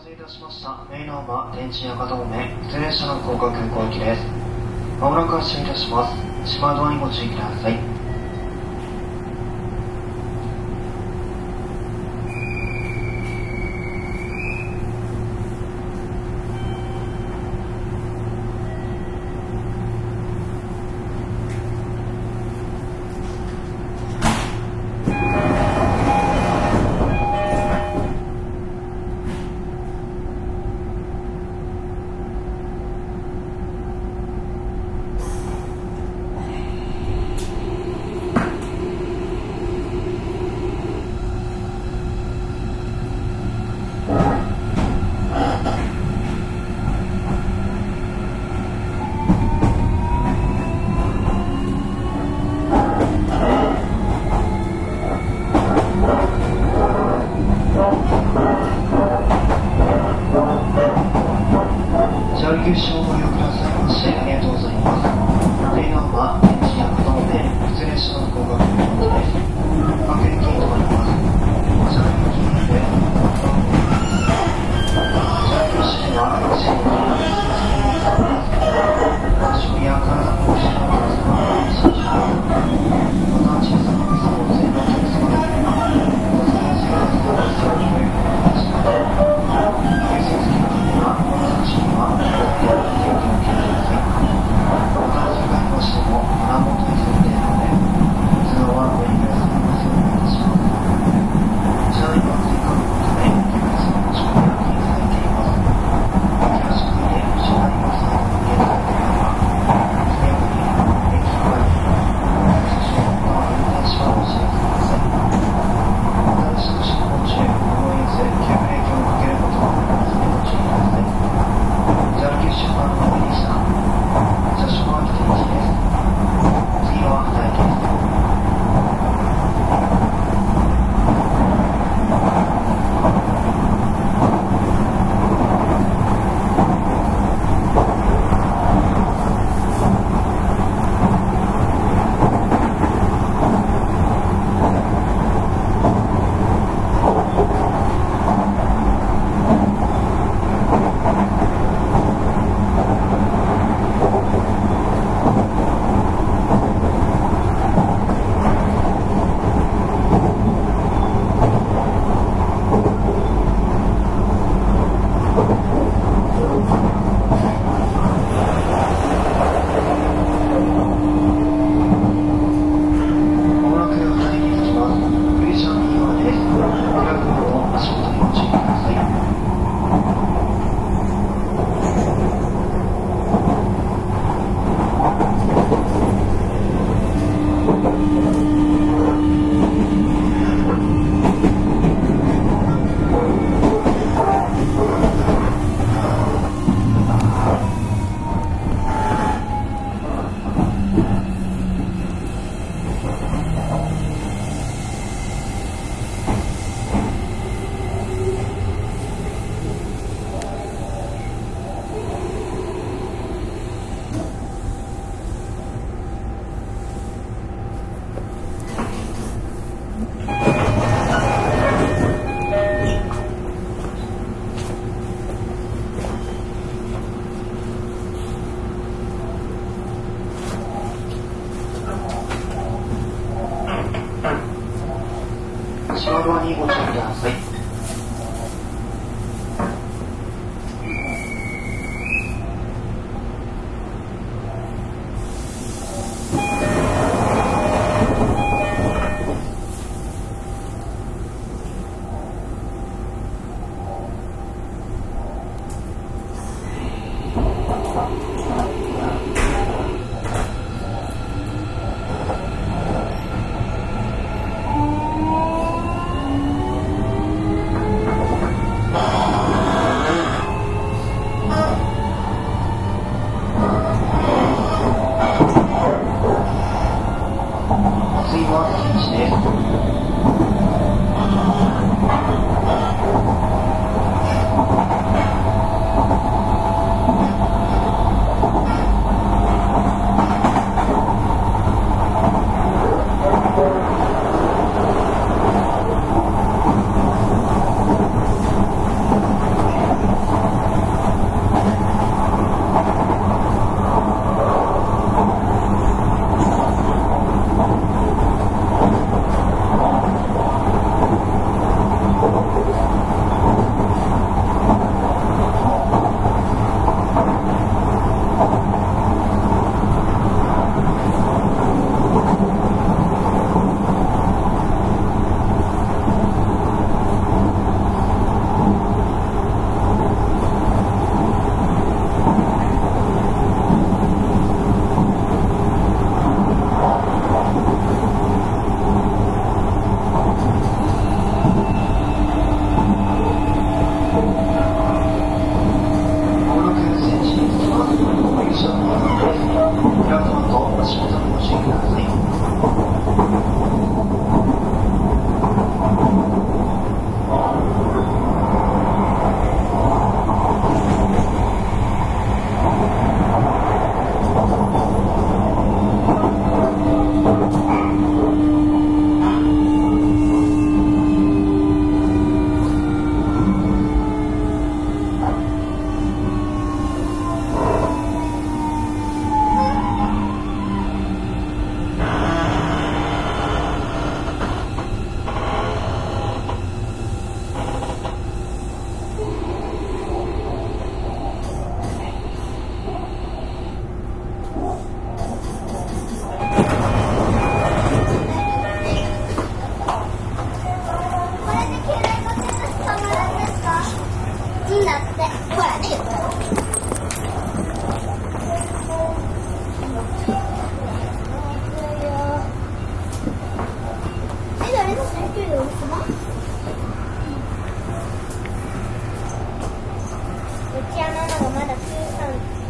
せいたしました。メイナンバー天神屋形方面失礼者の福岡空港行きです。まもなく発車いたします。島ドアにご注意ください。ご利用ご利用くださいましてありがとうございます。メイナンバー天神屋形方面失礼者の福岡空港です。各駅に停まります。車内の機内で乗客士には足元に足首や体の後ろのお客様は慎重に、また小さな水を全部お客様ですがお伝えしてくださいますようにご用意くださいました。優先席の方には私にはまた次回ましても穴元に沿っているので、通話はご理解くださいますようにお願いします。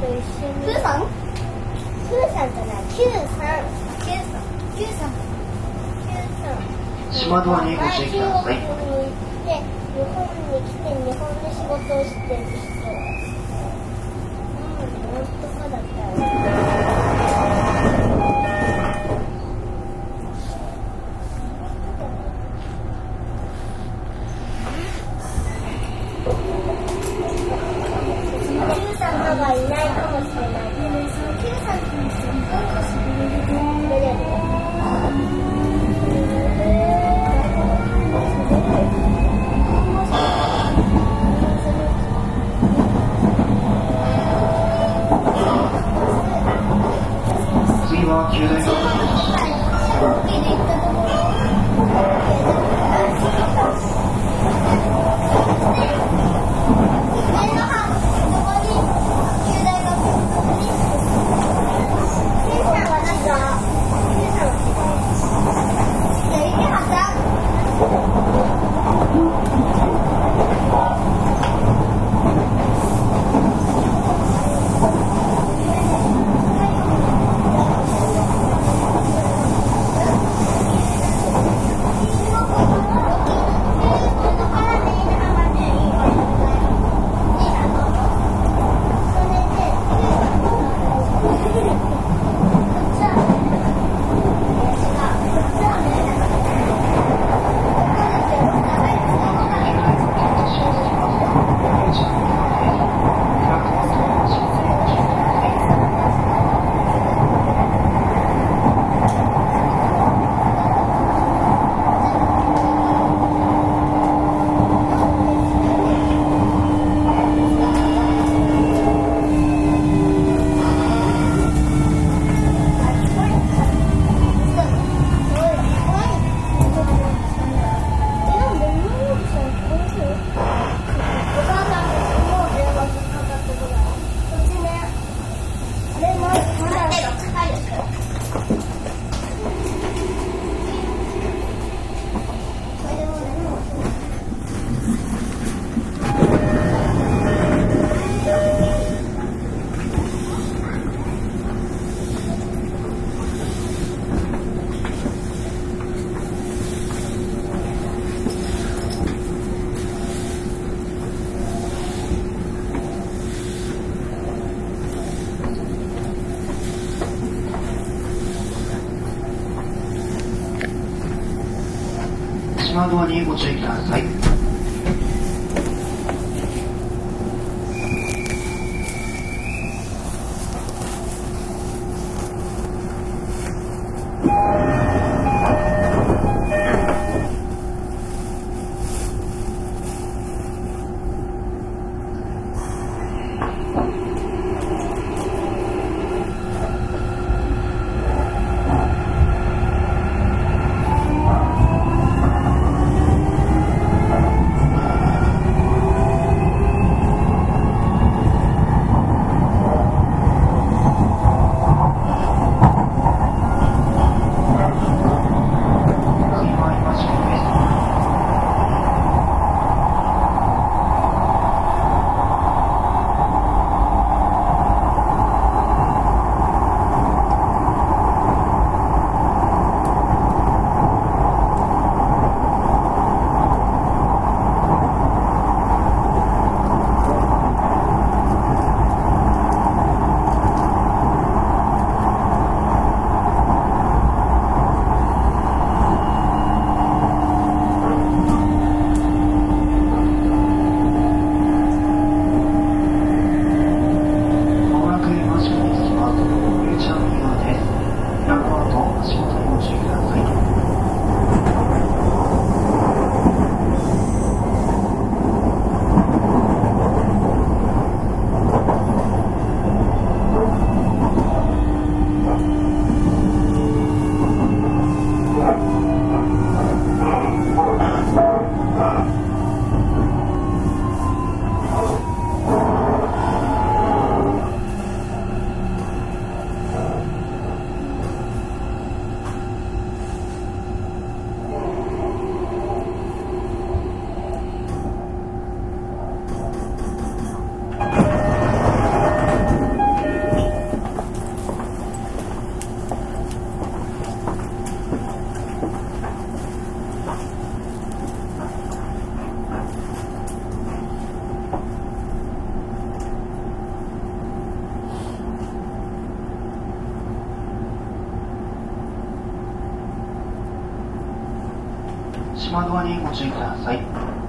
と一緒に。 プーさん？ プーさんじゃない。キューさん。キューさん。キューさん。キューさん。 島ドアにご注意ください。 中国に行って日本に来て日本で仕事をしてる人。なんとかだったよ。Q さんがいないかもしれないけど、その Q さんって出れる。 次は9台目。島ドアにご注意ください。 島ドアにご注意ください。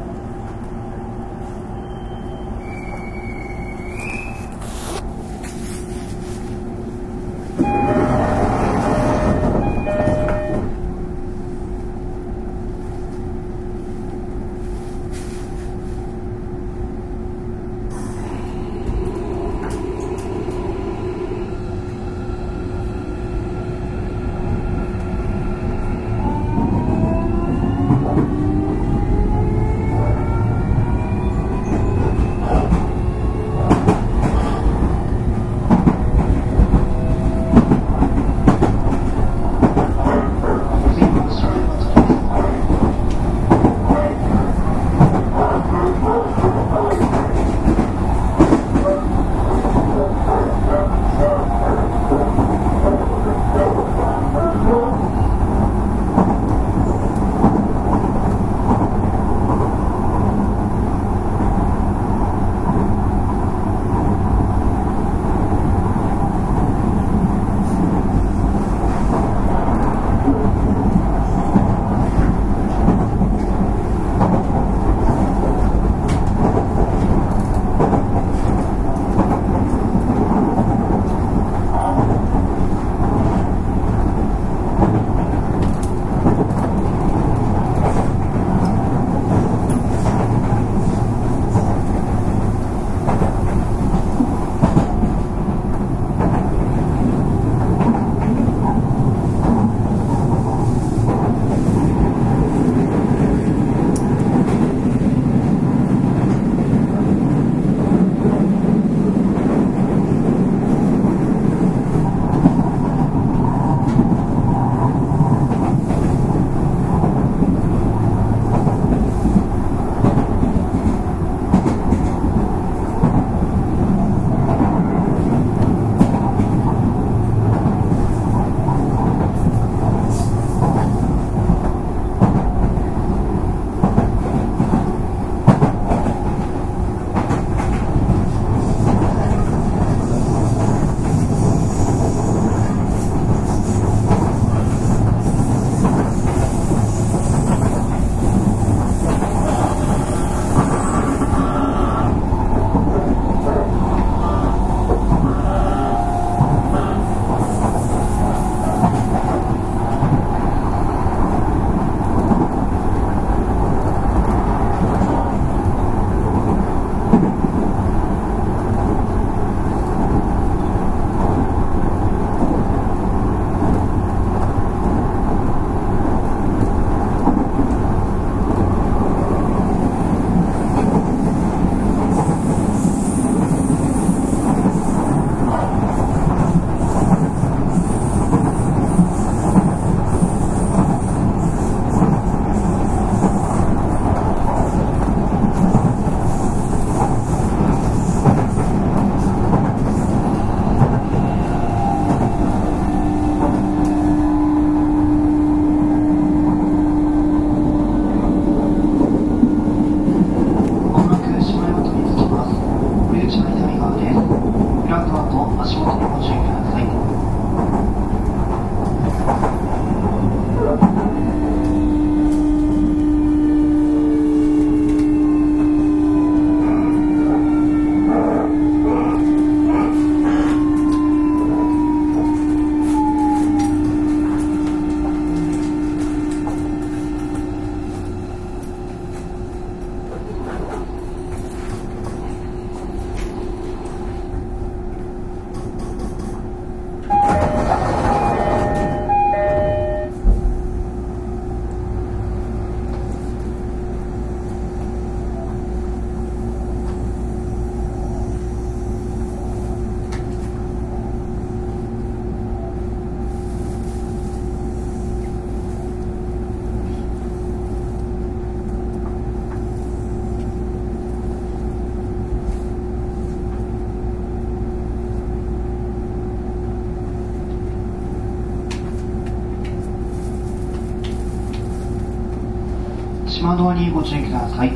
島ドアにご注意ください。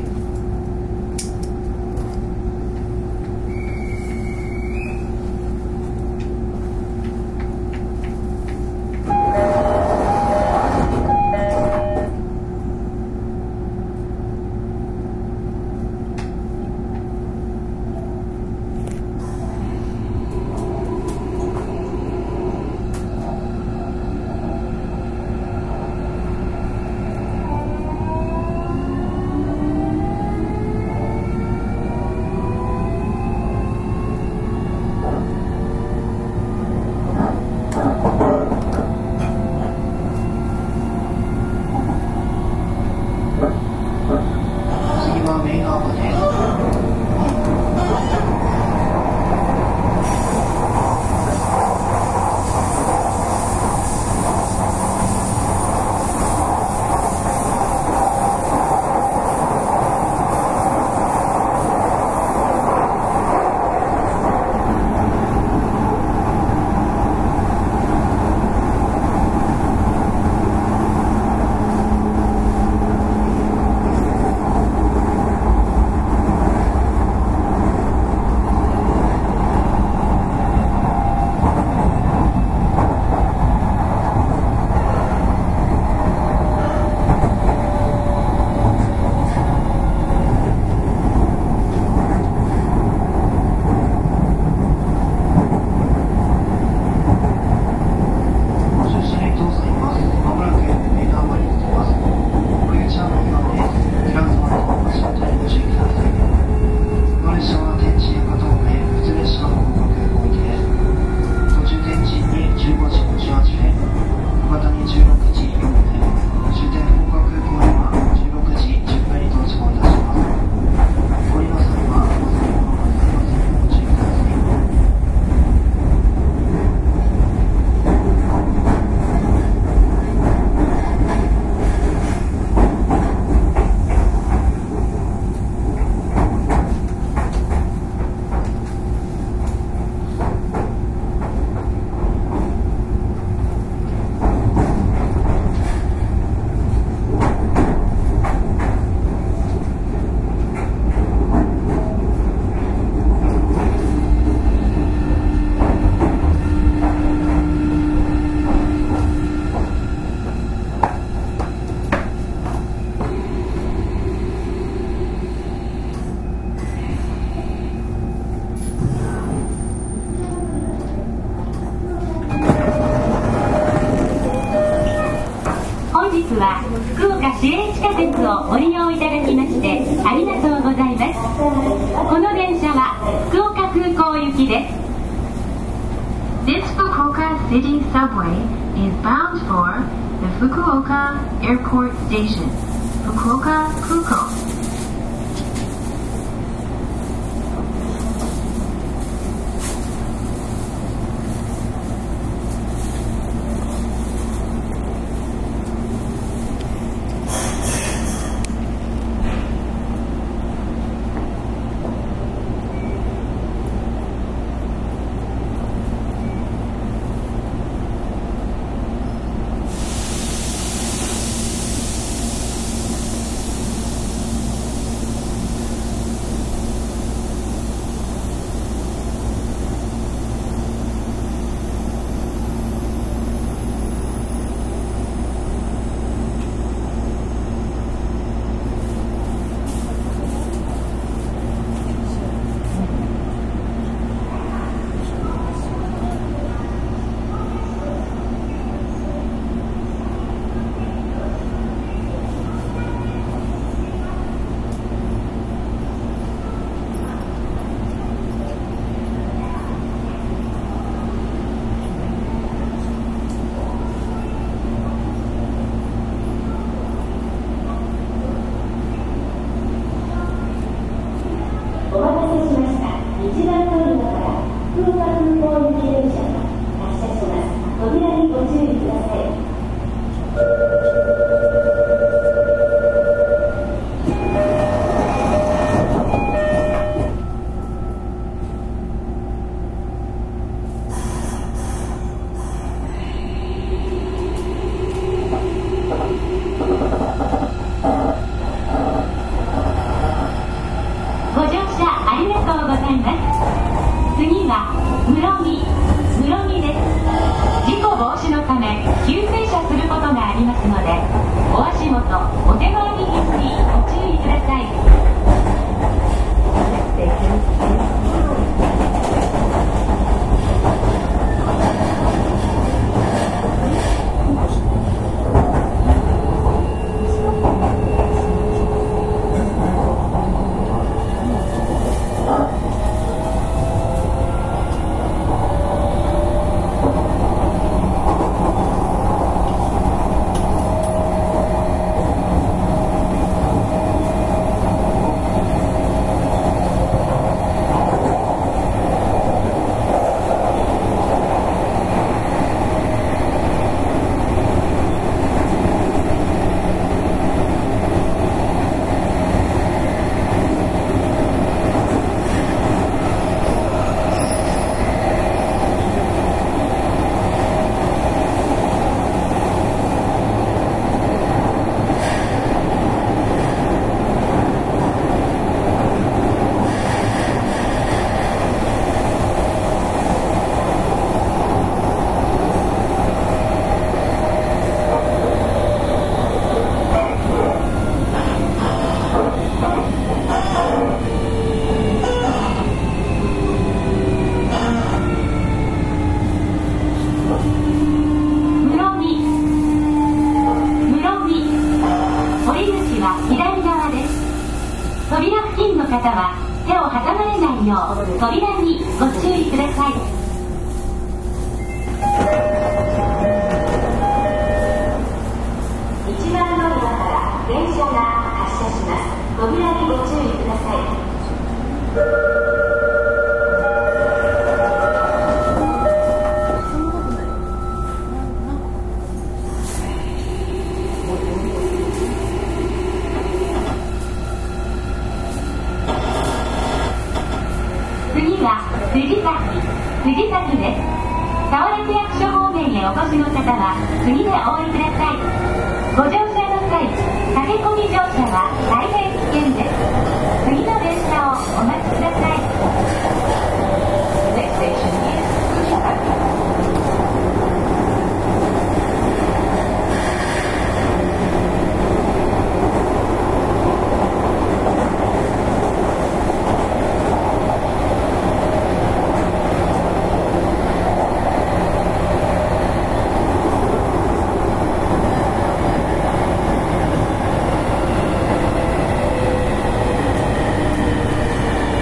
City Subway is bound for the Fukuoka Airport Station, Fukuoka Kuko. 扉にご注意ください。1番乗り場から電車が発車します。扉にご注意ください。藤崎です。沢田区役所方面へお越しの方は次でお降りください。ご乗車の際、駆け込み乗車は大変危険です。次の電車をお待ちください。Next station is Fujita.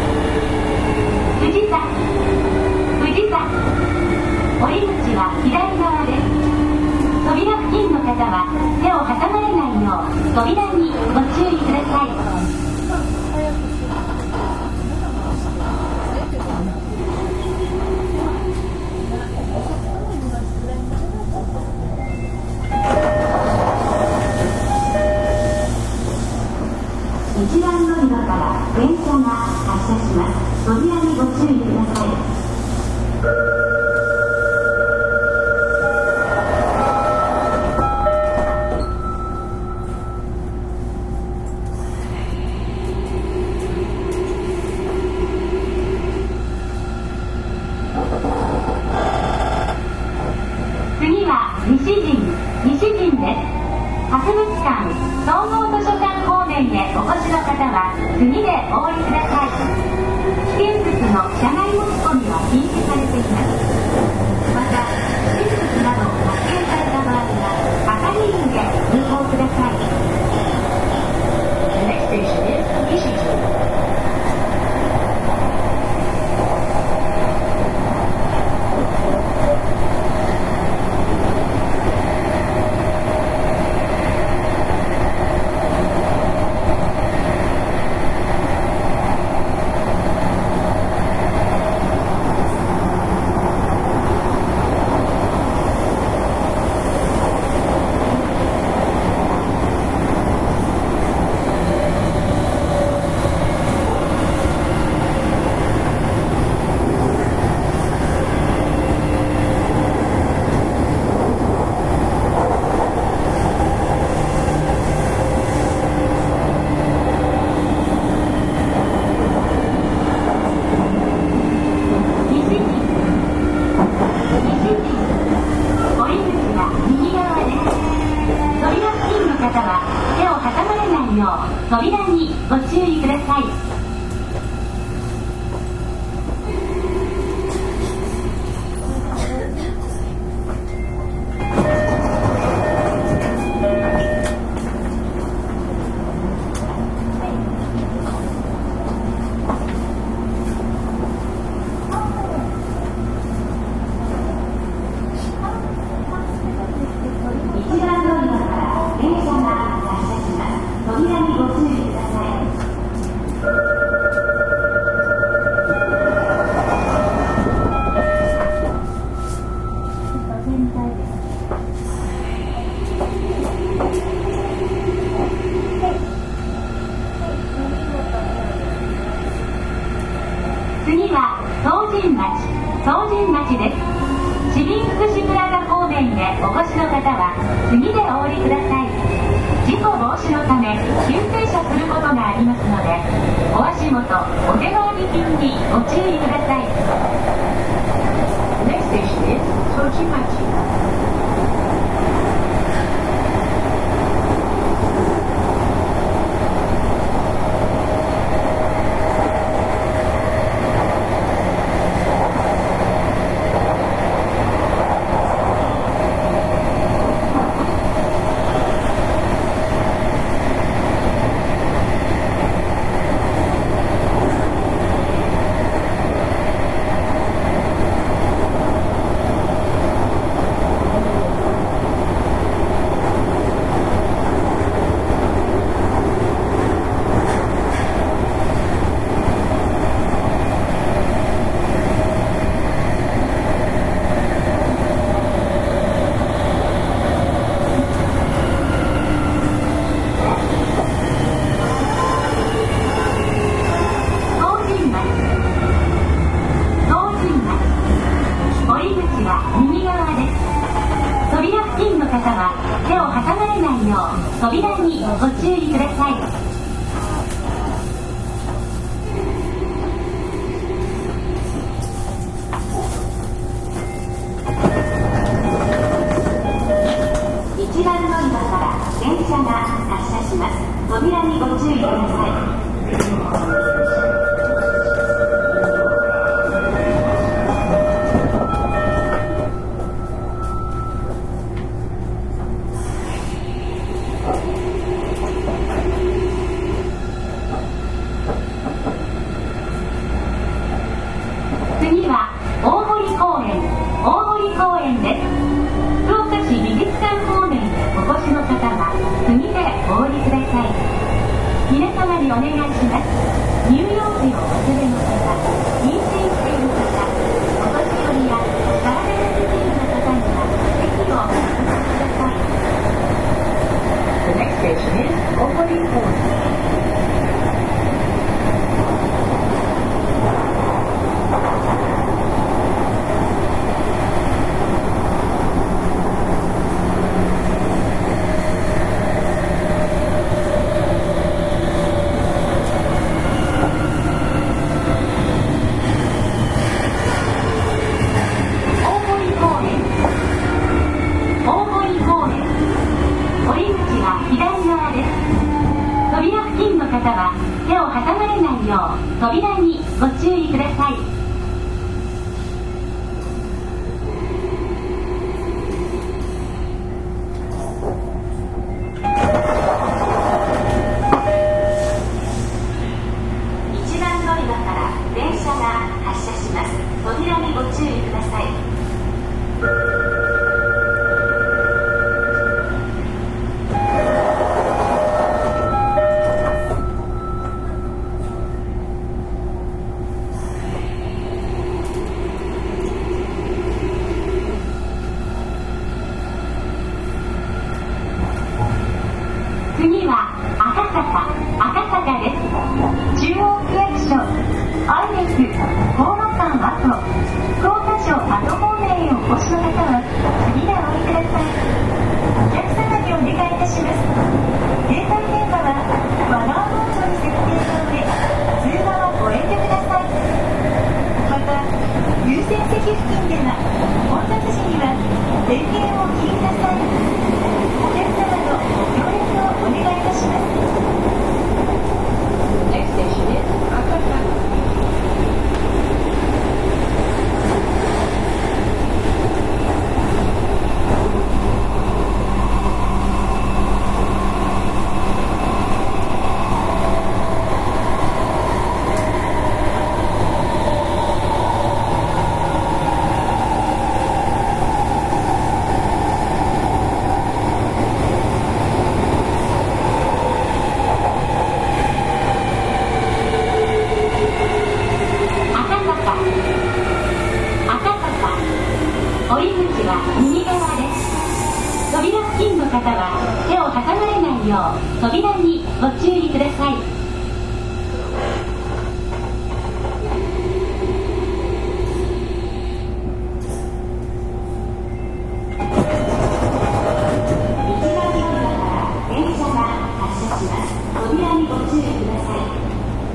降り口は左は手を挟まれないよう扉にご注意ください。1番乗り場から電車が発車します。扉にご注意ください。次は西陣です。博物館、総合図書館方面へお越しの方は次でお降りください。危険物の車内持ち込みは禁止されています。また、危険物など発見された場合は係員で通報ください。 The next station is Nishijin. 扉にご注意ください。次は東神町です。市民福祉プラザ方面へお越しの方は次でお降りください。事故防止のため急停車することがありますので、お足元お手回り品にご注意ください。 Next station is Tochimachi. 次よう扉にご注意ください。1番乗り場から電車が発車します。扉にご注意ください。次は赤坂です。中央区役所、アイネス、高羅館跡、福岡省跡方面へお越しの方は次でお降りください。お客様にお願いいたします。携帯電話はマナーモードに設定の上、通話はご遠慮ください。また、優先席付近では混雑時には電源をお切りください。お客様のご協力をお願いいたします。 Next station is Akasaka. 降り口は右側です。扉付近の方は手を挟まれないよう扉にご注意ください。1番乗り場から電車が発車します。扉にご注意ください。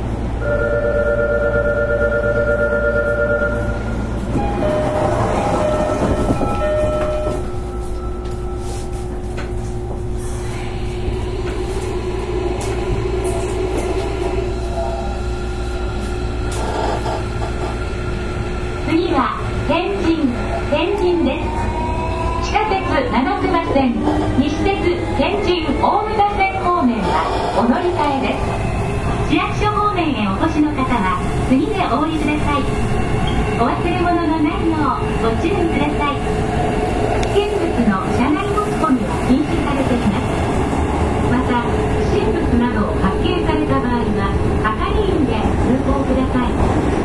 次は天神です。地下鉄七隈線、西鉄天神大牟田線方面はお乗り換えです。市役所方面へお越しの方は次でお降りください。お忘れ物のないようご注意ください。危険物の車内持ち込みは禁止されています。また、不審物などを発見された場合は係員で通報ください。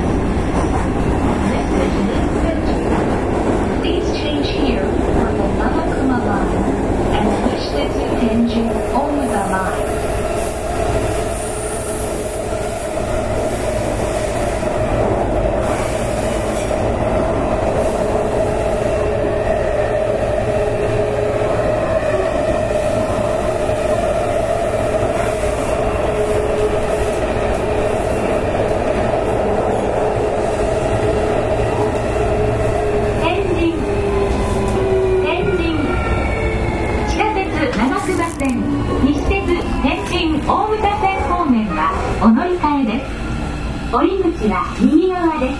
Next station is Tenjin. Please change here for the Nanakuma line and Nishitetsu Tenjin Omuda line. 降り口は右側です。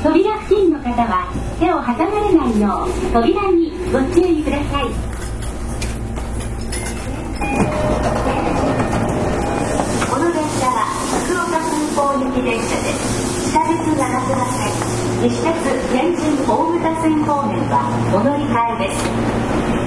扉付近の方は手を挟まれないよう扉にご注意ください。この電車は福岡空港行き電車です。地下鉄七隈線、西鉄天神大牟田線方面はお乗り換えです。